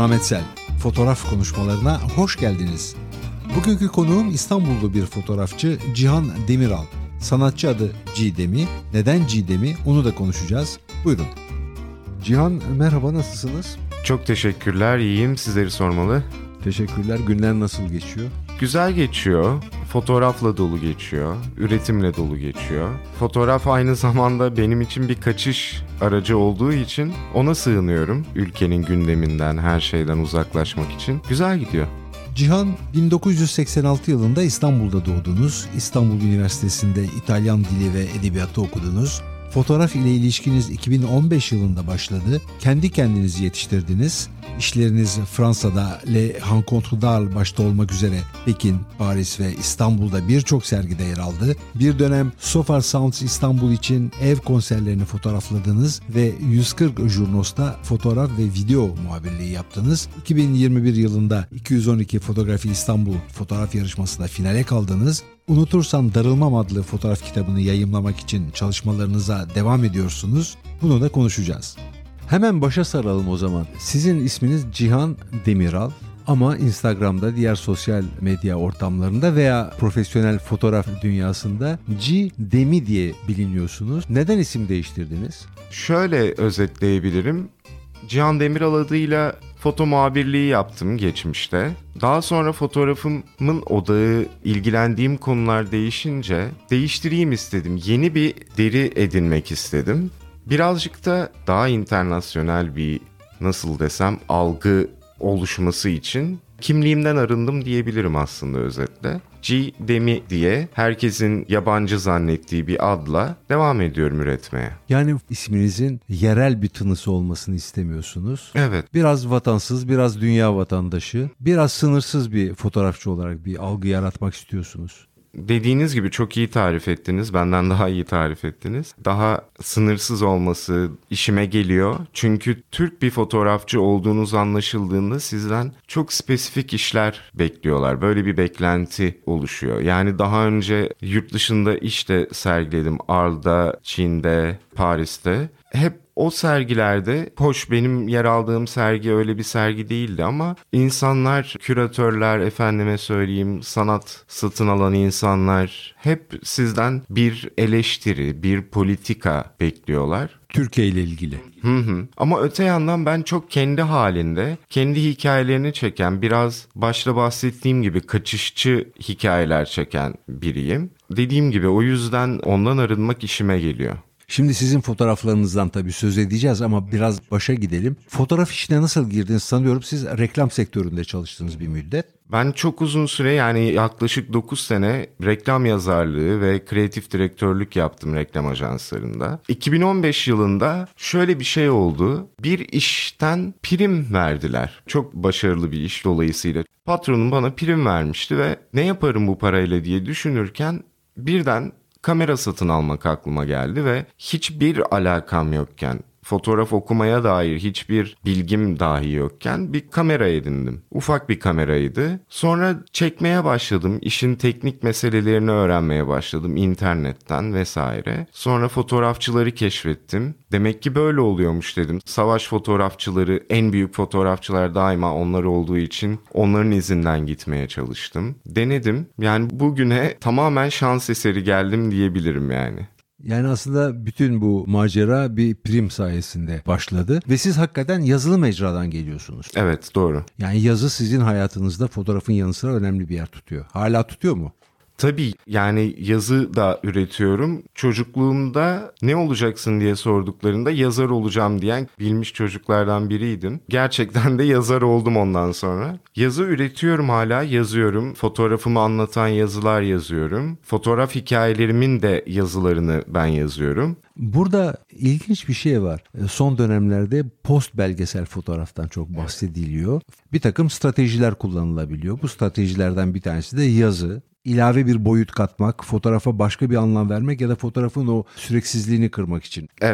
Ahmet Sel. Fotoğraf konuşmalarına hoş geldiniz. Bugünkü konuğum İstanbullu bir fotoğrafçı Cihan Demiral. Sanatçı adı Cidemi. Neden Cidemi? Onu da konuşacağız. Buyurun. Cihan merhaba, nasılsınız? Çok teşekkürler, iyiyim. Sizleri sormalı. Teşekkürler. Günler nasıl geçiyor? Güzel geçiyor. Fotoğrafla dolu geçiyor. Üretimle dolu geçiyor. Fotoğraf aynı zamanda benim için bir kaçış aracı olduğu için ona sığınıyorum. Ülkenin gündeminden, her şeyden uzaklaşmak için. Güzel gidiyor. Cihan, 1986 yılında İstanbul'da doğdunuz. İstanbul Üniversitesi'nde İtalyan Dili ve Edebiyatı okudunuz. Fotoğraf ile ilişkiniz 2015 yılında başladı. Kendi kendinizi yetiştirdiniz. İşleriniz Fransa'da Le Rencontre d'Arles başta olmak üzere Pekin, Paris ve İstanbul'da birçok sergide yer aldı. Bir dönem Sofar Sounds İstanbul için ev konserlerini fotoğrafladınız ve 140 Jurnos'ta fotoğraf ve video muhabirliği yaptınız. 2021 yılında 212 Fotoğrafi İstanbul fotoğraf yarışmasında finale kaldınız. Unutursan Darılmam adlı fotoğraf kitabını yayımlamak için çalışmalarınıza devam ediyorsunuz. Bunu da konuşacağız. Hemen başa saralım o zaman. Sizin isminiz Cihan Demiral ama Instagram'da, diğer sosyal medya ortamlarında veya profesyonel fotoğraf dünyasında Cidemi diye biliniyorsunuz. Neden isim değiştirdiniz? Şöyle özetleyebilirim. Cihan Demiral adıyla foto muhabirliği yaptım geçmişte. Daha sonra fotoğrafımın odağı, ilgilendiğim konular değişince değiştireyim istedim. Yeni bir deri edinmek istedim. Birazcık da daha internasyonel bir, nasıl desem, algı oluşması için kimliğimden arındım diyebilirim aslında özetle. Cidemi diye herkesin yabancı zannettiği bir adla devam ediyorum üretmeye. Yani isminizin yerel bir tınısı olmasını istemiyorsunuz. Evet. Biraz vatansız, biraz dünya vatandaşı, biraz sınırsız bir fotoğrafçı olarak bir algı yaratmak istiyorsunuz. Dediğiniz gibi çok iyi tarif ettiniz. Benden daha iyi tarif ettiniz. Daha sınırsız olması işime geliyor. Çünkü Türk bir fotoğrafçı olduğunuz anlaşıldığında sizden çok spesifik işler bekliyorlar. Böyle bir beklenti oluşuyor. Yani daha önce yurt dışında işte sergiledim. Arles'da, Çin'de, Paris'te. Hep o sergilerde, hoş benim yer aldığım sergi öyle bir sergi değildi ama insanlar, küratörler, efendime söyleyeyim, sanat satın alan insanlar hep sizden bir eleştiri, bir politika bekliyorlar. Türkiye ile ilgili. Ama öte yandan ben çok kendi halinde, kendi hikayelerini çeken, biraz başta bahsettiğim gibi kaçışçı hikayeler çeken biriyim. Dediğim gibi o yüzden ondan arınmak işime geliyor. Şimdi sizin fotoğraflarınızdan tabii söz edeceğiz ama biraz başa gidelim. Fotoğraf işine nasıl girdiniz? Sanıyorum siz reklam sektöründe çalıştınız bir müddet. Ben çok uzun süre, yani yaklaşık 9 sene reklam yazarlığı ve kreatif direktörlük yaptım reklam ajanslarında. 2015 yılında şöyle bir şey oldu. Bir işten prim verdiler. Çok başarılı bir iş dolayısıyla. Patronum bana prim vermişti ve ne yaparım bu parayla diye düşünürken birden kamera satın almak aklıma geldi ve hiçbir alakam yokken, fotoğraf okumaya dair hiçbir bilgim dahi yokken bir kamera edindim. Ufak bir kameraydı. Sonra çekmeye başladım. İşin teknik meselelerini öğrenmeye başladım internetten vesaire. Sonra fotoğrafçıları keşfettim. Demek ki böyle oluyormuş dedim. Savaş fotoğrafçıları, en büyük fotoğrafçılar daima onlar olduğu için onların izinden gitmeye çalıştım. Denedim. Yani bugüne tamamen şans eseri geldim diyebilirim yani. Yani aslında bütün bu macera bir prim sayesinde başladı ve siz hakikaten yazılı mecradan geliyorsunuz. Evet, doğru. Yani yazı sizin hayatınızda fotoğrafın yanı sıra önemli bir yer tutuyor. Hala tutuyor mu? Tabii, yani yazı da üretiyorum. Çocukluğumda ne olacaksın diye sorduklarında yazar olacağım diyen bilmiş çocuklardan biriydim. Gerçekten de yazar oldum ondan sonra. Yazı üretiyorum, hala yazıyorum. Fotoğrafımı anlatan yazılar yazıyorum. Fotoğraf hikayelerimin de yazılarını ben yazıyorum. Burada ilginç bir şey var. Son dönemlerde post belgesel fotoğraftan çok bahsediliyor. Bir takım stratejiler kullanılabiliyor. Bu stratejilerden bir tanesi de yazı. İlave bir boyut katmak, fotoğrafa başka bir anlam vermek ya da fotoğrafın o süreksizliğini kırmak için. Evet.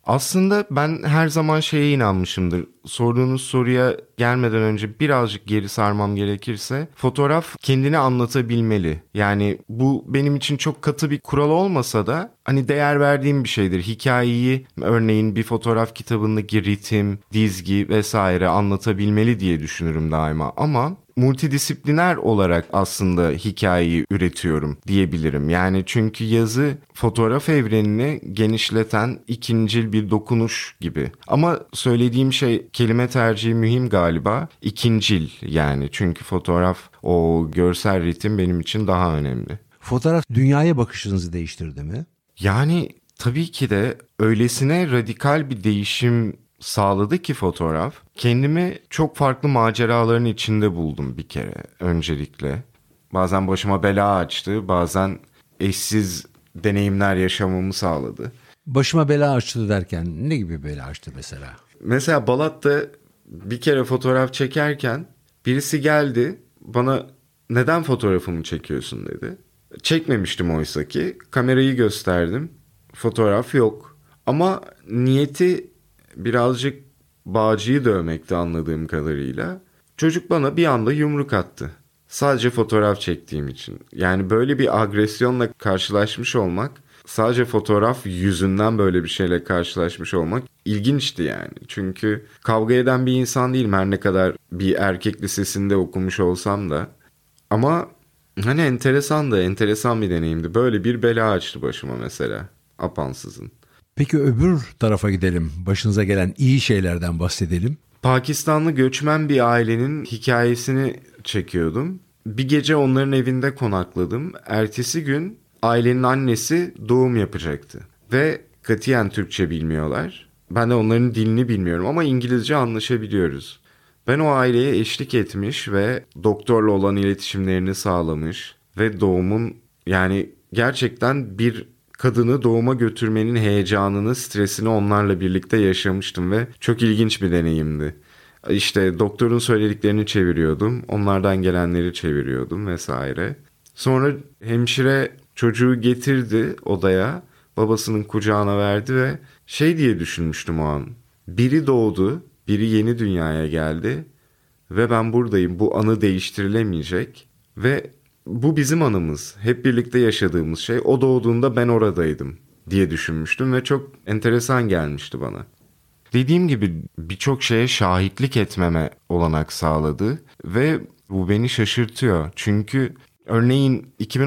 Aslında ben her zaman şeye inanmışımdır. Sorduğunuz soruya gelmeden önce birazcık geri sarmam gerekirse, fotoğraf kendini anlatabilmeli. Yani bu benim için çok katı bir kural olmasa da hani değer verdiğim bir şeydir. Hikayeyi örneğin bir fotoğraf kitabındaki ritim, dizgi vesaire anlatabilmeli diye düşünürüm daima. Ama multidisipliner olarak aslında hikayeyi üretiyorum diyebilirim. Yani çünkü yazı fotoğraf evrenini genişleten ikincil bir dokunuş gibi. Ama söylediğim şey, kelime tercihi mühim galiba. İkincil yani, çünkü fotoğraf, o görsel ritim benim için daha önemli. Fotoğraf dünyaya bakışınızı değiştirdi mi? Yani tabii ki de öylesine radikal bir değişim sağladı ki fotoğraf. Kendimi çok farklı maceraların içinde buldum bir kere öncelikle. Bazen başıma bela açtı, bazen eşsiz deneyimler yaşamamı sağladı. Başıma bela açtı derken ne gibi bela açtı mesela? Mesela Balat'ta bir kere fotoğraf çekerken birisi geldi bana, neden fotoğrafımı çekiyorsun dedi. Çekmemiştim oysa ki. Kamerayı gösterdim. Fotoğraf yok. Ama niyeti birazcık bağcıyı dövmekti anladığım kadarıyla. Çocuk bana bir anda yumruk attı. Sadece fotoğraf çektiğim için. Yani böyle bir agresyonla karşılaşmış olmak, sadece fotoğraf yüzünden böyle bir şeyle karşılaşmış olmak ilginçti yani. Çünkü kavga eden bir insan değilim, her ne kadar bir erkek lisesinde okumuş olsam da. Ama hani enteresan bir deneyimdi. Böyle bir bela açtı başıma mesela, apansızın. Peki öbür tarafa gidelim. Başınıza gelen iyi şeylerden bahsedelim. Pakistanlı göçmen bir ailenin hikayesini çekiyordum. Bir gece onların evinde konakladım. Ertesi gün ailenin annesi doğum yapacaktı. Ve katiyen Türkçe bilmiyorlar. Ben de onların dilini bilmiyorum ama İngilizce anlaşabiliyoruz. Ben o aileye eşlik etmiş ve doktorla olan iletişimlerini sağlamış. Ve doğumun, yani gerçekten bir kadını doğuma götürmenin heyecanını, stresini onlarla birlikte yaşamıştım ve çok ilginç bir deneyimdi. İşte doktorun söylediklerini çeviriyordum, onlardan gelenleri çeviriyordum vesaire. Sonra hemşire çocuğu getirdi odaya, babasının kucağına verdi ve şey diye düşünmüştüm o an. Biri doğdu, biri yeni dünyaya geldi ve ben buradayım. Bu anı değiştirilemeyecek ve bu bizim anımız. Hep birlikte yaşadığımız şey. O doğduğunda ben oradaydım diye düşünmüştüm ve çok enteresan gelmişti bana. Dediğim gibi birçok şeye şahitlik etmeme olanak sağladı ve bu beni şaşırtıyor. Çünkü örneğin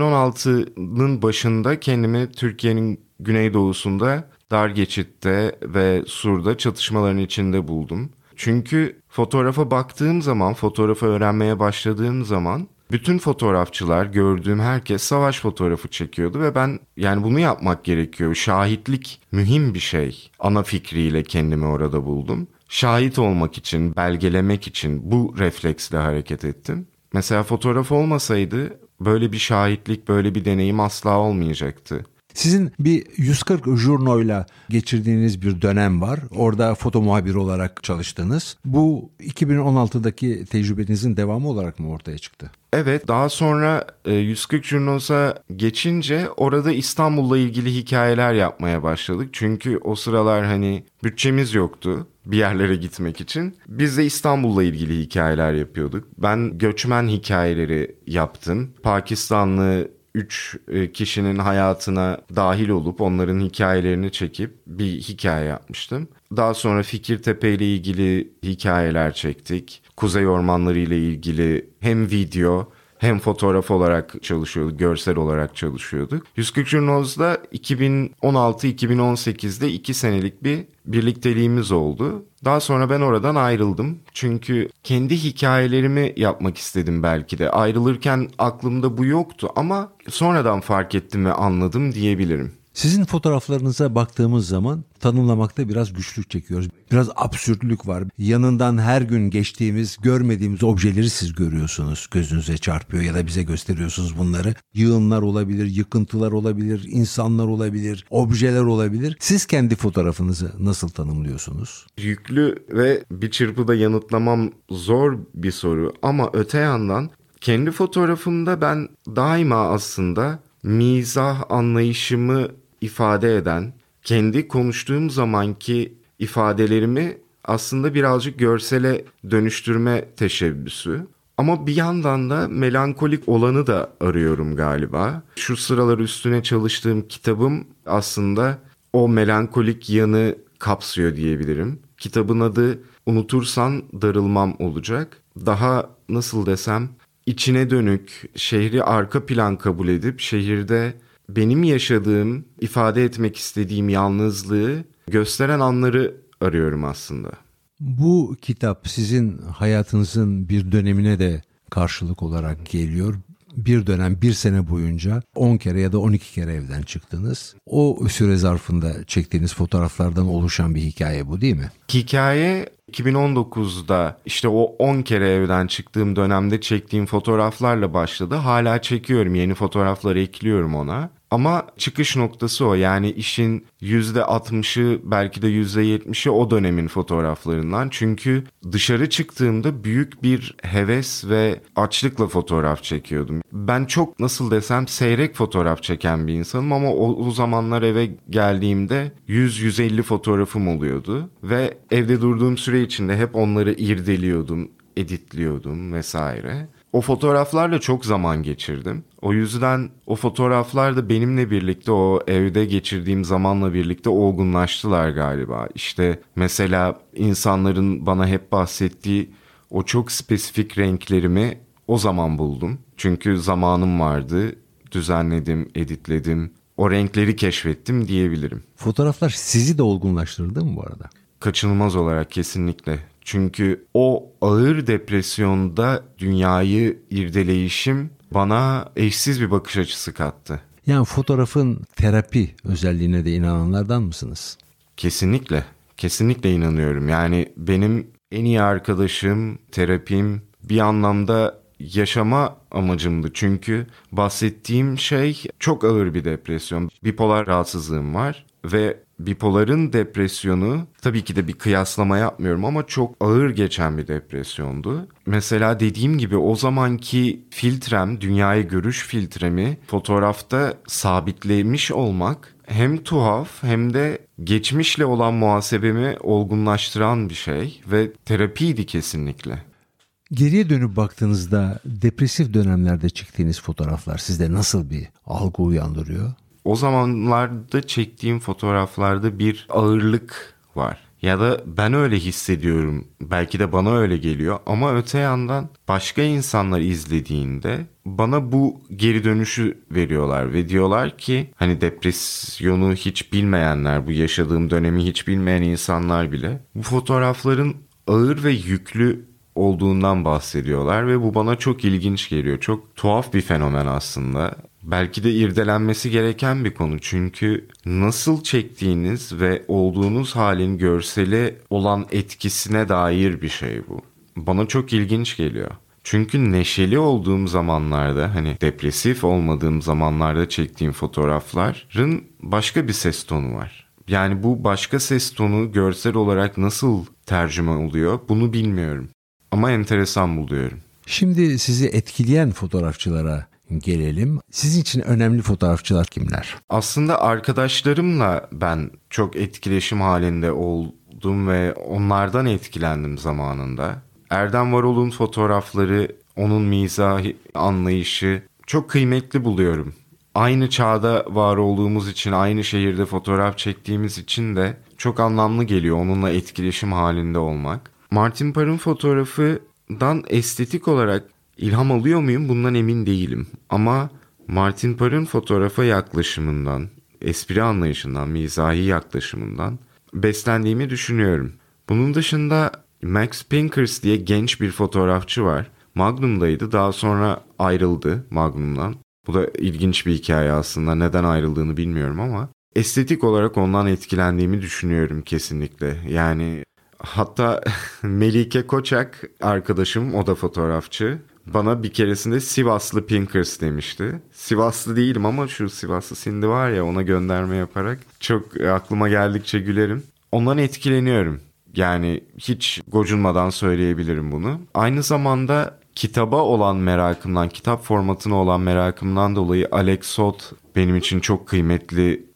2016'nın başında kendimi Türkiye'nin güneydoğusunda dar geçitte ve Sur'da çatışmaların içinde buldum. Çünkü fotoğrafa baktığım zaman, fotoğrafı öğrenmeye başladığım zaman bütün fotoğrafçılar, gördüğüm herkes savaş fotoğrafı çekiyordu ve ben, yani bunu yapmak gerekiyor. Şahitlik mühim bir şey. Ana fikriyle kendimi orada buldum. Şahit olmak için, belgelemek için bu refleksle hareket ettim. Mesela fotoğraf olmasaydı böyle bir şahitlik, böyle bir deneyim asla olmayacaktı. Sizin bir 140 jurnoyla geçirdiğiniz bir dönem var. Orada foto muhabiri olarak çalıştınız. Bu 2016'daki tecrübenizin devamı olarak mı ortaya çıktı? Evet, daha sonra 140 Jurnos'a geçince orada İstanbul'la ilgili hikayeler yapmaya başladık. Çünkü o sıralar hani bütçemiz yoktu bir yerlere gitmek için. Biz de İstanbul'la ilgili hikayeler yapıyorduk. Ben göçmen hikayeleri yaptım. Pakistanlı 3 kişinin hayatına dahil olup onların hikayelerini çekip bir hikaye yapmıştım. Daha sonra Fikirtepe ile ilgili hikayeler çektik. Kuzey ormanları ile ilgili hem video hem fotoğraf olarak çalışıyorduk, görsel olarak çalışıyorduk. 140 Jurnos'da 2016-2018'de 2 senelik bir birlikteliğimiz oldu. Daha sonra ben oradan ayrıldım. Çünkü kendi hikayelerimi yapmak istedim belki de. Ayrılırken aklımda bu yoktu ama sonradan fark ettim ve anladım diyebilirim. Sizin fotoğraflarınıza baktığımız zaman tanımlamakta biraz güçlük çekiyoruz. Biraz absürtlük var. Yanından her gün geçtiğimiz, görmediğimiz objeleri siz görüyorsunuz. Gözünüze çarpıyor ya da bize gösteriyorsunuz bunları. Yığınlar olabilir, yıkıntılar olabilir, insanlar olabilir, objeler olabilir. Siz kendi fotoğrafınızı nasıl tanımlıyorsunuz? Yüklü ve bir çırpıda yanıtlamam zor bir soru ama öte yandan kendi fotoğrafımda ben daima aslında mizah anlayışımı ifade eden, kendi konuştuğum zamanki ifadelerimi aslında birazcık görsele dönüştürme teşebbüsü. Ama bir yandan da melankolik olanı da arıyorum galiba. Şu sıralar üstüne çalıştığım kitabım aslında o melankolik yanı kapsıyor diyebilirim. Kitabın adı Unutursan Darılmam olacak. Daha nasıl desem, içine dönük, şehri arka plan kabul edip şehirde benim yaşadığım, ifade etmek istediğim yalnızlığı gösteren anları arıyorum aslında. Bu kitap sizin hayatınızın bir dönemine de karşılık olarak geliyor. Bir dönem, bir sene boyunca 10 kere ya da 12 kere evden çıktınız. O süre zarfında çektiğiniz fotoğraflardan oluşan bir hikaye bu, değil mi? Hikaye 2019'da işte o 10 kere evden çıktığım dönemde çektiğim fotoğraflarla başladı. Hala çekiyorum, yeni fotoğrafları ekliyorum ona. Ama çıkış noktası o, yani işin %60'ı belki de %70'i o dönemin fotoğraflarından. Çünkü dışarı çıktığımda büyük bir heves ve açlıkla fotoğraf çekiyordum. Ben çok nasıl desem seyrek fotoğraf çeken bir insanım ama o zamanlar eve geldiğimde 100-150 fotoğrafım oluyordu. Ve evde durduğum süre içinde hep onları irdeliyordum, editliyordum vesaire. O fotoğraflarla çok zaman geçirdim. O yüzden o fotoğraflar da benimle birlikte, o evde geçirdiğim zamanla birlikte olgunlaştılar galiba. İşte mesela insanların bana hep bahsettiği o çok spesifik renklerimi o zaman buldum. Çünkü zamanım vardı, düzenledim, editledim, o renkleri keşfettim diyebilirim. Fotoğraflar sizi de olgunlaştırdı mı bu arada? Kaçınılmaz olarak kesinlikle. Çünkü o ağır depresyonda dünyayı irdeleyişim bana eşsiz bir bakış açısı kattı. Yani fotoğrafın terapi özelliğine de inananlardan mısınız? Kesinlikle, kesinlikle inanıyorum. Yani benim en iyi arkadaşım, terapim, bir anlamda yaşama amacımdı. Çünkü bahsettiğim şey çok ağır bir depresyon. Bipolar rahatsızlığım var ve bipoların depresyonu, tabii ki de bir kıyaslama yapmıyorum ama çok ağır geçen bir depresyondu. Mesela dediğim gibi o zamanki filtrem, dünyayı görüş filtremi fotoğrafta sabitlemiş olmak hem tuhaf hem de geçmişle olan muhasebemi olgunlaştıran bir şey ve terapiydi kesinlikle. Geriye dönüp baktığınızda depresif dönemlerde çektiğiniz fotoğraflar sizde nasıl bir algı uyandırıyor? O zamanlarda çektiğim fotoğraflarda bir ağırlık var. Ya da ben öyle hissediyorum. Belki de bana öyle geliyor. Ama öte yandan başka insanlar izlediğinde bana bu geri dönüşü veriyorlar. Ve diyorlar ki hani depresyonu hiç bilmeyenler, bu yaşadığım dönemi hiç bilmeyen insanlar bile bu fotoğrafların ağır ve yüklü olduğundan bahsediyorlar. Ve bu bana çok ilginç geliyor. Çok tuhaf bir fenomen aslında. Belki de irdelenmesi gereken bir konu. Çünkü nasıl çektiğiniz ve olduğunuz halin görsele olan etkisine dair bir şey bu. Bana çok ilginç geliyor. Çünkü neşeli olduğum zamanlarda, hani depresif olmadığım zamanlarda çektiğim fotoğrafların başka bir ses tonu var. Yani bu başka ses tonu görsel olarak nasıl tercüme oluyor bunu bilmiyorum. Ama enteresan buluyorum. Şimdi sizi etkileyen fotoğrafçılara gelelim. Sizin için önemli fotoğrafçılar kimler? Aslında arkadaşlarımla ben çok etkileşim halinde oldum ve onlardan etkilendim zamanında. Erdem Varol'un fotoğrafları, onun mizahı anlayışı çok kıymetli buluyorum. Aynı çağda var olduğumuz için, aynı şehirde fotoğraf çektiğimiz için de çok anlamlı geliyor onunla etkileşim halinde olmak. Martin Parr'ın fotoğrafından estetik olarak İlham alıyor muyum? Bundan emin değilim. Ama Martin Parr'ın fotoğrafa yaklaşımından, espri anlayışından, mizahi yaklaşımından beslendiğimi düşünüyorum. Bunun dışında Max Pinkers diye genç bir fotoğrafçı var. Magnum'daydı. Daha sonra ayrıldı Magnum'dan. Bu da ilginç bir hikaye aslında. Neden ayrıldığını bilmiyorum ama estetik olarak ondan etkilendiğimi düşünüyorum kesinlikle. Yani hatta Melike Koçak arkadaşım, o da fotoğrafçı. Bana bir keresinde Sivaslı Pinkers demişti. Sivaslı değilim ama şu Sivaslı Sindi var ya, ona gönderme yaparak çok aklıma geldikçe gülerim. Ondan etkileniyorum. Yani hiç gocunmadan söyleyebilirim bunu. Aynı zamanda kitaba olan merakımdan, kitap formatına olan merakımdan dolayı Alex Salt benim için çok kıymetli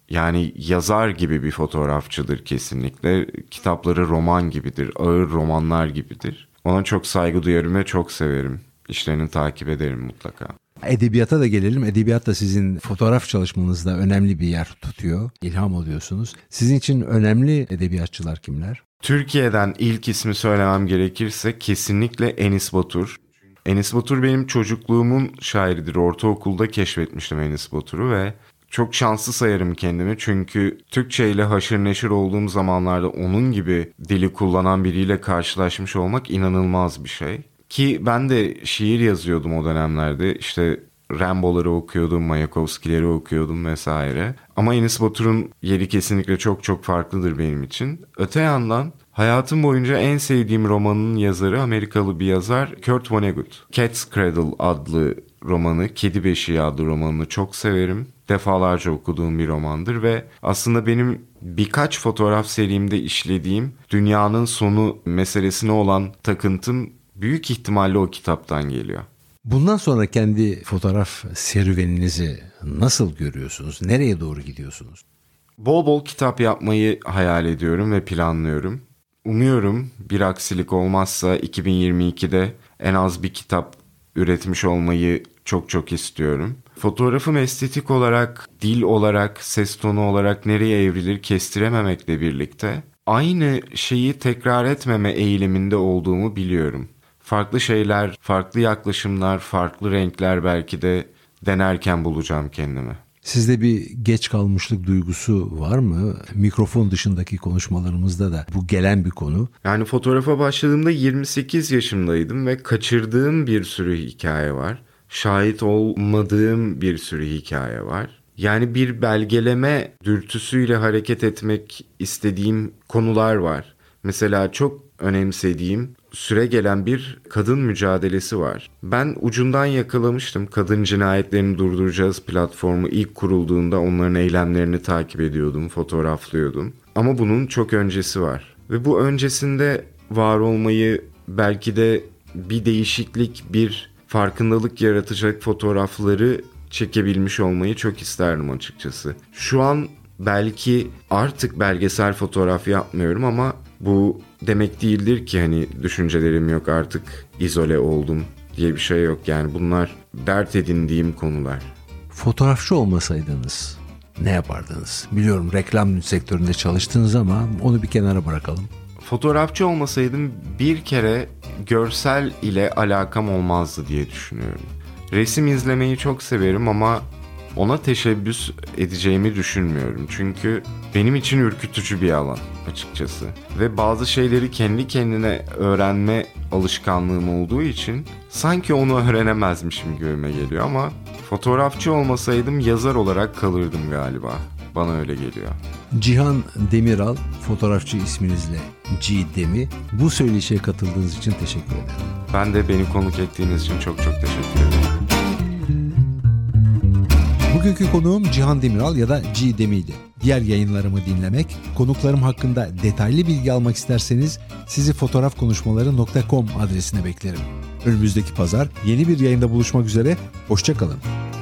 Yani yazar gibi bir fotoğrafçıdır kesinlikle. Kitapları roman gibidir, ağır romanlar gibidir. Ona çok saygı duyarım ve çok severim. İşlerini takip ederim mutlaka. Edebiyata da gelelim. Edebiyat da sizin fotoğraf çalışmanızda önemli bir yer tutuyor. İlham oluyorsunuz. Sizin için önemli edebiyatçılar kimler? Türkiye'den ilk ismi söylemem gerekirse kesinlikle Enis Batur. Enis Batur benim çocukluğumun şairidir. Ortaokulda keşfetmiştim Enis Batur'u ve çok şanslı sayarım kendimi. Çünkü Türkçe ile haşır neşir olduğum zamanlarda onun gibi dili kullanan biriyle karşılaşmış olmak inanılmaz bir şey. Ki ben de şiir yazıyordum o dönemlerde. İşte Rimbaud'ları okuyordum, Mayakovski'leri okuyordum vesaire. Ama Enis Batur'un yeri kesinlikle çok çok farklıdır benim için. Öte yandan hayatım boyunca en sevdiğim romanın yazarı Amerikalı bir yazar Kurt Vonnegut. Cat's Cradle adlı romanı, Kedi Beşiği adlı romanını çok severim. Defalarca okuduğum bir romandır ve aslında benim birkaç fotoğraf serimde işlediğim dünyanın sonu meselesine olan takıntım büyük ihtimalle o kitaptan geliyor. Bundan sonra kendi fotoğraf serüveninizi nasıl görüyorsunuz? Nereye doğru gidiyorsunuz? Bol bol kitap yapmayı hayal ediyorum ve planlıyorum. Umuyorum bir aksilik olmazsa 2022'de en az bir kitap üretmiş olmayı çok çok istiyorum. Fotoğrafım estetik olarak, dil olarak, ses tonu olarak nereye evrilir kestirememekle birlikte aynı şeyi tekrar etmeme eğiliminde olduğumu biliyorum. Farklı şeyler, farklı yaklaşımlar, farklı renkler belki de denerken bulacağım kendimi. Sizde bir geç kalmışlık duygusu var mı? Mikrofon dışındaki konuşmalarımızda da bu gelen bir konu. Yani fotoğrafa başladığımda 28 yaşımdaydım ve kaçırdığım bir sürü hikaye var. Şahit olmadığım bir sürü hikaye var. Yani bir belgeleme dürtüsüyle hareket etmek istediğim konular var. Mesela çok önemsediğim süregelen bir kadın mücadelesi var. Ben ucundan yakalamıştım. Kadın Cinayetlerini Durduracağız platformu ilk kurulduğunda onların eylemlerini takip ediyordum, fotoğraflıyordum. Ama bunun çok öncesi var. Ve bu öncesinde var olmayı, belki de bir değişiklik, bir farkındalık yaratacak fotoğrafları çekebilmiş olmayı çok isterdim açıkçası. Şu an belki artık belgesel fotoğraf yapmıyorum ama bu demek değildir ki hani düşüncelerim yok, artık izole oldum diye bir şey yok. Yani bunlar dert edindiğim konular. Fotoğrafçı olmasaydınız ne yapardınız? Biliyorum reklam sektöründe çalıştınız ama onu bir kenara bırakalım. Fotoğrafçı olmasaydım bir kere görsel ile alakam olmazdı diye düşünüyorum. Resim izlemeyi çok severim ama ona teşebbüs edeceğimi düşünmüyorum. Çünkü benim için ürkütücü bir alan açıkçası. Ve bazı şeyleri kendi kendine öğrenme alışkanlığım olduğu için sanki onu öğrenemezmişim gibime geliyor ama fotoğrafçı olmasaydım yazar olarak kalırdım galiba. Bana öyle geliyor. Cihan Demiral, fotoğrafçı isminizle G-Demi. Bu söyleşiye katıldığınız için teşekkür ederim. Ben de beni konuk ettiğiniz için çok çok teşekkür ederim. Bugünkü konuğum Cihan Demiral ya da G-Demi'ydi. Diğer yayınlarımı dinlemek, konuklarım hakkında detaylı bilgi almak isterseniz sizi fotoğrafkonuşmaları.com adresine beklerim. Önümüzdeki pazar yeni bir yayında buluşmak üzere, hoşça kalın.